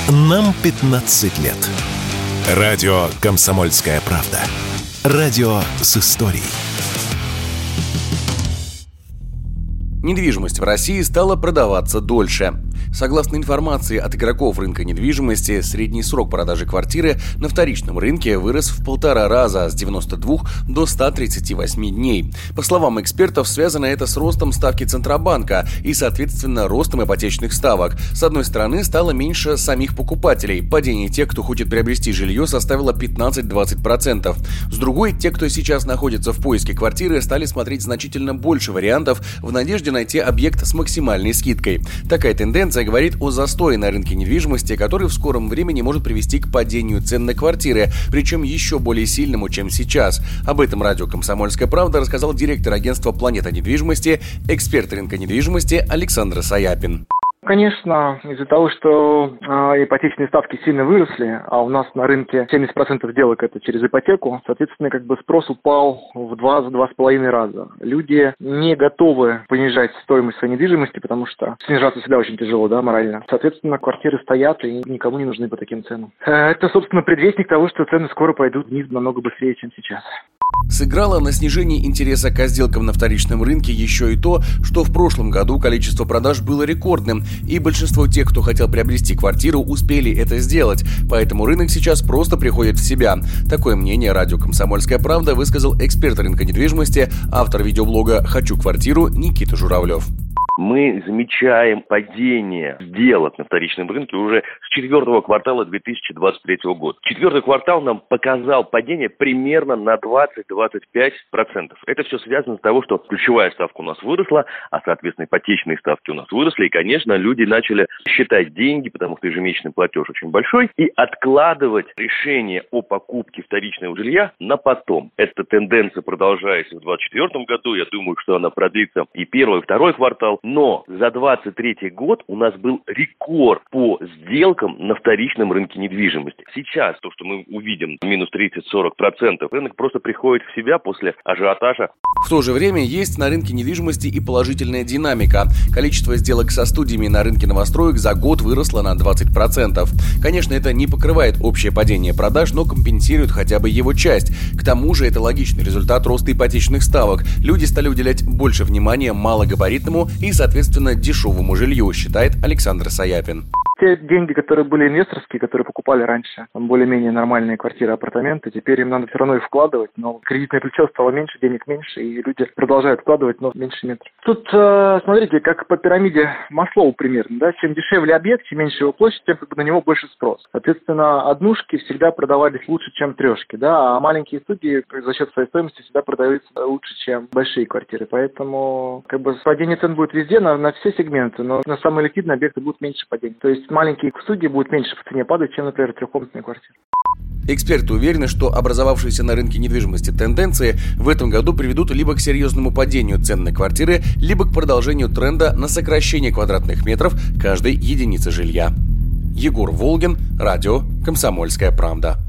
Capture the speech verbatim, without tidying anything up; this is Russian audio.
Нам пятнадцать лет. Радио «Комсомольская правда». Радио с историей. Недвижимость в России стала продаваться дольше. Согласно информации от игроков рынка недвижимости, средний срок продажи квартиры на вторичном рынке вырос в полтора раза, с девяноста двух до ста тридцати восьми дней. По словам экспертов, связано это с ростом ставки Центробанка и, соответственно, ростом ипотечных ставок. С одной стороны, стало меньше самих покупателей. Падение тех, кто хочет приобрести жилье, составило пятнадцать-двадцать процентов. С другой, те, кто сейчас находится в поиске квартиры, стали смотреть значительно больше вариантов в надежде найти объект с максимальной скидкой. Такая тенденция говорит о застое на рынке недвижимости, который в скором времени может привести к падению цен на квартиры, причем еще более сильному, чем сейчас. Об этом радио «Комсомольская правда» рассказал директор агентства «Планета недвижимости», эксперт рынка недвижимости Александр Саяпин. Конечно, из-за того, что э, ипотечные ставки сильно выросли, а у нас на рынке семьдесят процентов сделок это через ипотеку, соответственно, как бы спрос упал в два-два с половиной раза. Люди не готовы понижать стоимость своей недвижимости, потому что снижаться всегда очень тяжело, да, морально. Соответственно, квартиры стоят и никому не нужны по таким ценам. Это, собственно, предвестник того, что цены скоро пойдут вниз намного быстрее, чем сейчас. Сыграло на снижение интереса к сделкам на вторичном рынке еще и то, что в прошлом году количество продаж было рекордным, и большинство тех, кто хотел приобрести квартиру, успели это сделать, поэтому рынок сейчас просто приходит в себя. Такое мнение радио «Комсомольская правда» высказал эксперт рынка недвижимости, автор видеоблога «Хочу квартиру» Никита Журавлев. Мы замечаем падение сделок на вторичном рынке уже с четвертого квартала две тысячи двадцать третьего года. Четвертый квартал нам показал падение примерно на двадцать-двадцать пять процентов. Это все связано с того, что ключевая ставка у нас выросла, а, соответственно, ипотечные ставки у нас выросли. И, конечно, люди начали считать деньги, потому что ежемесячный платеж очень большой, и откладывать решение о покупке вторичного жилья на потом. Эта тенденция продолжается в двадцать четвёртом году. Я думаю, что она продлится и первый, и второй квартал. Но за двадцать третий год у нас был рекорд по сделкам на вторичном рынке недвижимости. Сейчас то, что мы увидим, минус тридцать-сорок процентов, рынок просто приходит в себя после ажиотажа. В то же время есть на рынке недвижимости и положительная динамика. Количество сделок со студиями на рынке новостроек за год выросло на двадцать процентов. Конечно, это не покрывает общее падение продаж, но компенсирует хотя бы его часть. К тому же это логичный результат роста ипотечных ставок. Люди стали уделять больше внимания малогабаритному и, соответственно, дешевому жилью, считает Александр Саяпин. Те деньги, которые были инвесторские, которые покупали раньше, там более-менее нормальные квартиры, апартаменты, теперь им надо все равно их вкладывать, но кредитное плечо стало меньше, денег меньше, и люди продолжают вкладывать, но меньше метров. Тут, э, смотрите, как по пирамиде Маслоу примерно, да, чем дешевле объект, чем меньше его площадь, тем как бы на него больше спрос. Соответственно, однушки всегда продавались лучше, чем трешки, да, а маленькие студии за счет своей стоимости всегда продаются лучше, чем большие квартиры, поэтому, как бы, падение цен будет везде, на, на все сегменты, но на самые ликвидные объекты будут меньше падения. То есть маленькие студии будут меньше в цене падать, чем, например, трехкомнатные квартиры. Эксперты уверены, что образовавшиеся на рынке недвижимости тенденции в этом году приведут либо к серьезному падению цен на квартиры, либо к продолжению тренда на сокращение квадратных метров каждой единицы жилья. Егор Волгин, радио «Комсомольская правда».